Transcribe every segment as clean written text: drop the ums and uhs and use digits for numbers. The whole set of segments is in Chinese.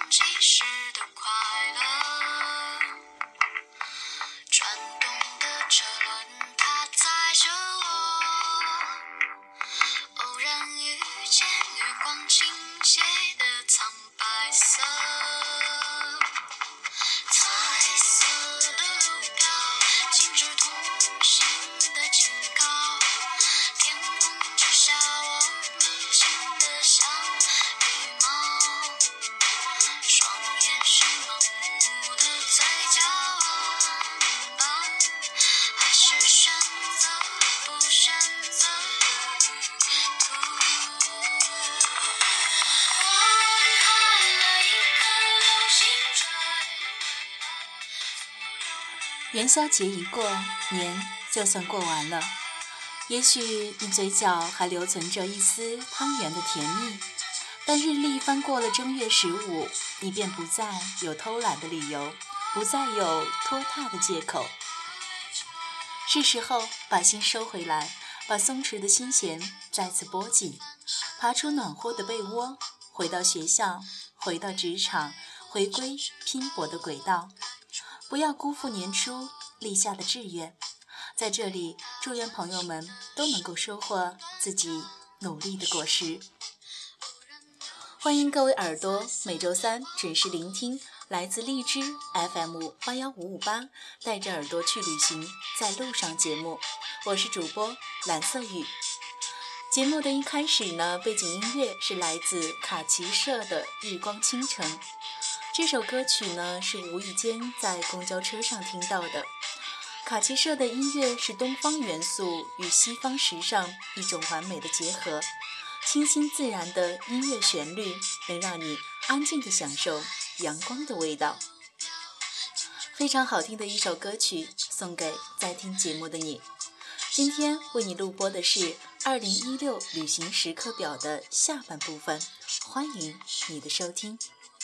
即时的快乐。转动的车轮，它载着我，偶然遇见月光倾斜的苍白色。彩色的路标，禁止同行的警告。天空之下，我们轻得像羽毛，双眼是盲目的嘴角温饱，还是选择了不选择的旅途。我看了一颗流星坠落。 元宵节一过，年就算过完了。也许你嘴角还留存着一丝汤圆的甜蜜，但日历翻过了正月15，你便不再有偷懒的理由，不再有拖沓的借口。是时候把心收回来，把松弛的心弦再次拨紧，爬出暖和的被窝，回到学校，回到职场，回归拼搏的轨道。不要辜负年初立下的志愿。在这里，祝愿朋友们都能够收获自己努力的果实。欢迎各位耳朵每周三准时聆听来自荔枝 FM81558带着耳朵去旅行，在路上节目，我是主播蓝色雨。节目的一开始呢，背景音乐是来自卡奇社的《日光倾城》。这首歌曲呢，是无意间在公交车上听到的。卡奇社的音乐是东方元素与西方时尚一种完美的结合，清新自然的音乐旋律能让你安静地享受阳光的味道。非常好听的一首歌曲，送给在听节目的你。今天为你录播的是2016旅行时刻表的下半部分，欢迎你的收听。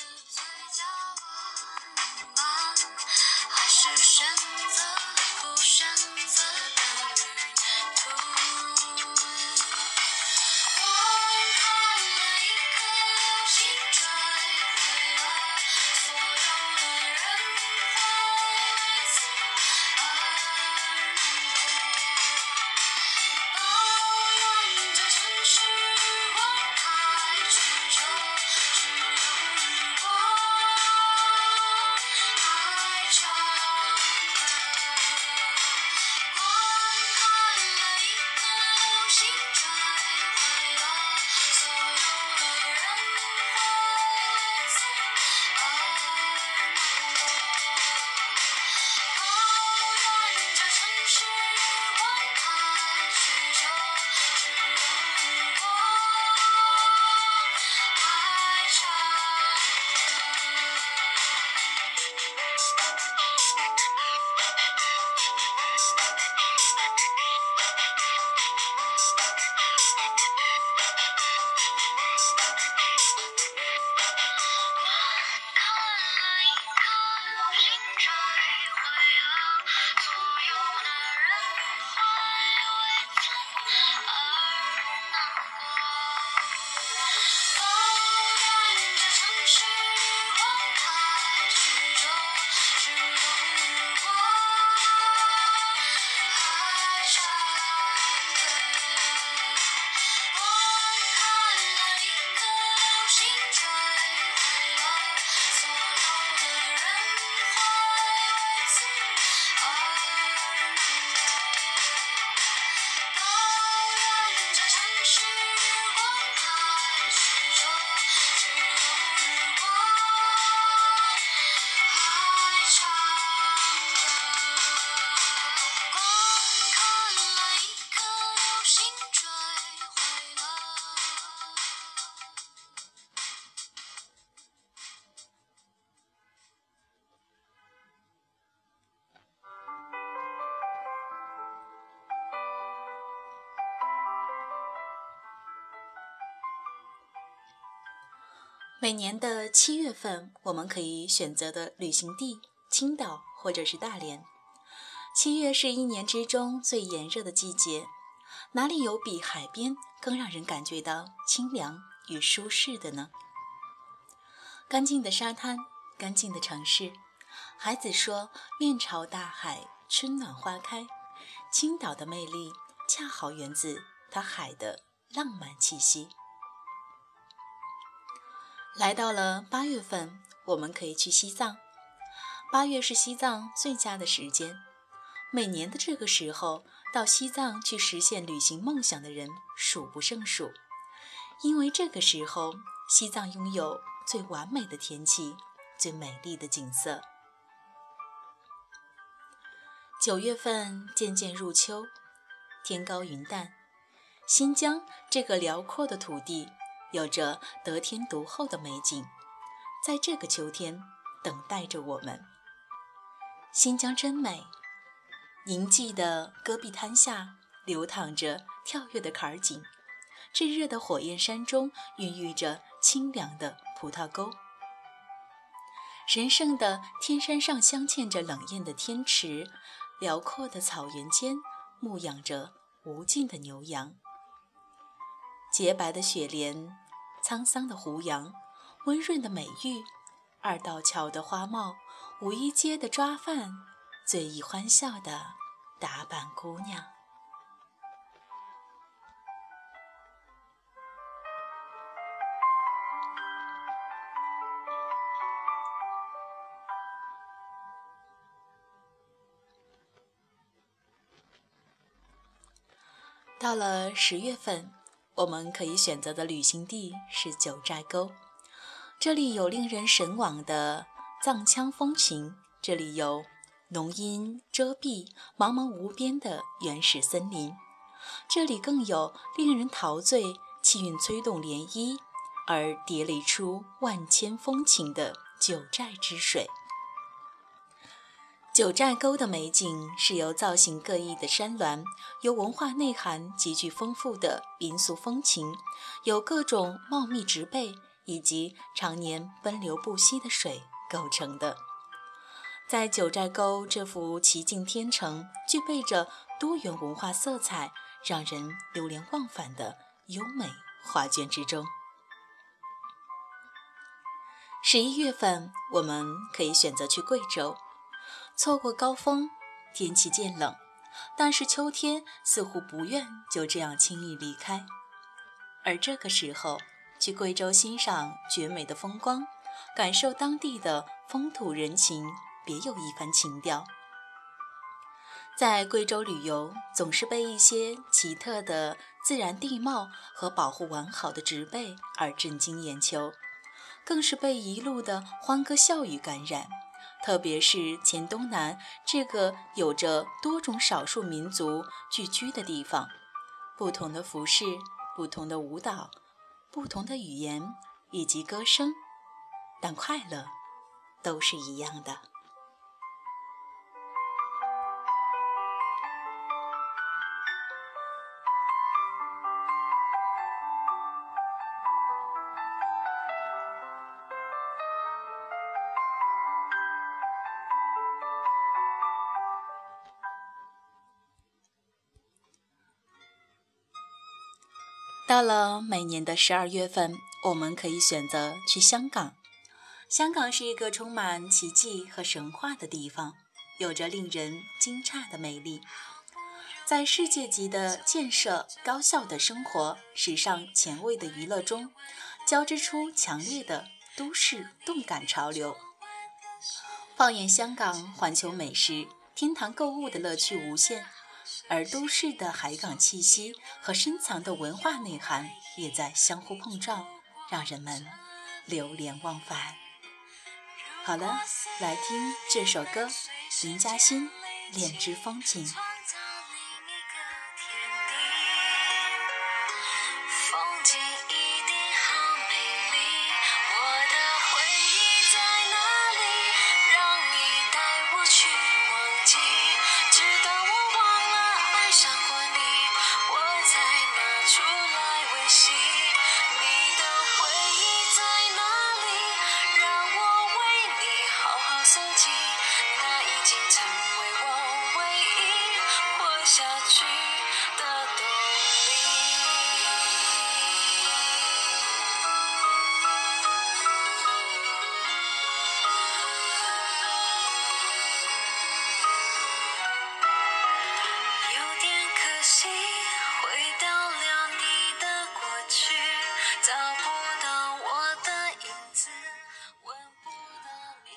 每年的7月份，我们可以选择的旅行地青岛或者是大连。7月是一年之中最炎热的季节，哪里有比海边更让人感觉到清凉与舒适的呢？ 干净的沙滩，干净的城市。孩子说，面朝大海，春暖花开。青岛的魅力恰好源自它海的浪漫气息。来到了8月份，我们可以去西藏。8月是西藏最佳的时间，每年的这个时候，到西藏去实现旅行梦想的人数不胜数。因为这个时候，西藏拥有最完美的天气，最美丽的景色。9月份渐渐入秋，天高云淡，新疆这个辽阔的土地有着得天独厚的美景，在这个秋天等待着我们。新疆真美，宁静的戈壁滩下流淌着跳跃的坎井，炙热的火焰山中孕育着清凉的葡萄沟，神圣的天山上镶嵌着冷艳的天池，辽阔的草原间牧养着无尽的牛羊。洁白的雪莲，沧桑的胡杨，温润的美玉，二道桥的花帽，五一街的抓饭，醉意欢笑的打扮姑娘。到了10月份，我们可以选择的旅行地是九寨沟。这里有令人神往的藏羌风情，这里有浓荫遮蔽、茫茫无边的原始森林，这里更有令人陶醉、气韵催动涟漪而叠垒出万千风情的九寨之水。九寨沟的美景是由造型各异的山峦，由文化内涵极具丰富的民俗风情，有各种茂密植被以及常年奔流不息的水构成的。在九寨沟这幅奇境天成，具备着多元文化色彩，让人流连忘返的优美画卷之中。11月份，我们可以选择去贵州。错过高峰，天气渐冷，但是秋天似乎不愿就这样轻易离开。而这个时候，去贵州欣赏绝美的风光，感受当地的风土人情，别有一番情调。在贵州旅游，总是被一些奇特的自然地貌和保护完好的植被而震惊眼球，更是被一路的欢歌笑语感染。特别是黔东南这个有着多种少数民族聚居的地方，不同的服饰，不同的舞蹈，不同的语言以及歌声，但快乐都是一样的。到了每年的12月份，我们可以选择去香港。香港是一个充满奇迹和神话的地方，有着令人惊诧的魅力。在世界级的建设、高效的生活、时尚前卫的娱乐中，交织出强烈的都市动感潮流。放眼香港，环球美食、天堂购物的乐趣无限。而都市的海港气息和深藏的文化内涵也在相互碰撞，让人们流连忘返。好了，来听这首歌，林嘉欣《恋之风情》。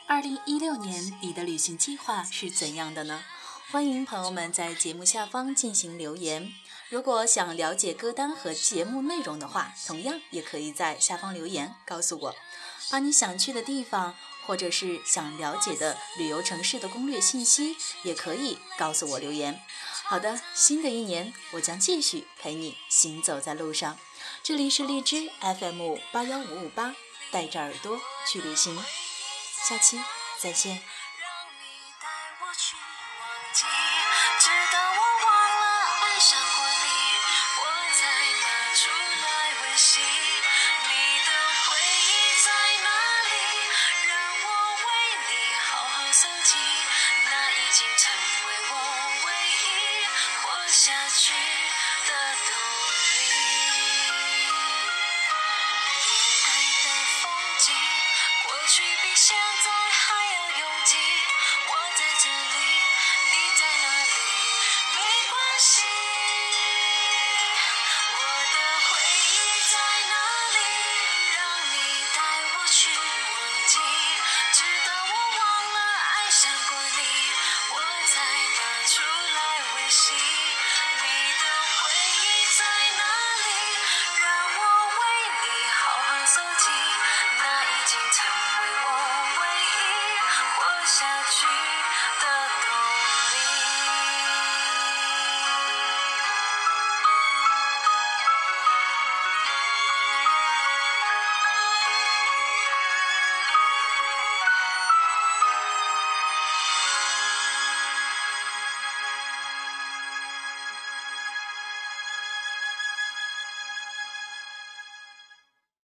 2016年你的旅行计划是怎样的呢？欢迎朋友们在节目下方进行留言。如果想了解歌单和节目内容的话，同样也可以在下方留言告诉我，把你想去的地方或者是想了解的旅游城市的攻略信息也可以告诉我留言。好的，新的一年我将继续陪你行走在路上。这里是荔枝 FM81558，带着耳朵去旅行。下期再见。 让你带我去忘记，直到我忘了爱上过你，我才拿出来温习。你的回忆在哪里？让我为你好好搜集，那已经成为我唯一活下去的动力。恋爱的风景，过去比现在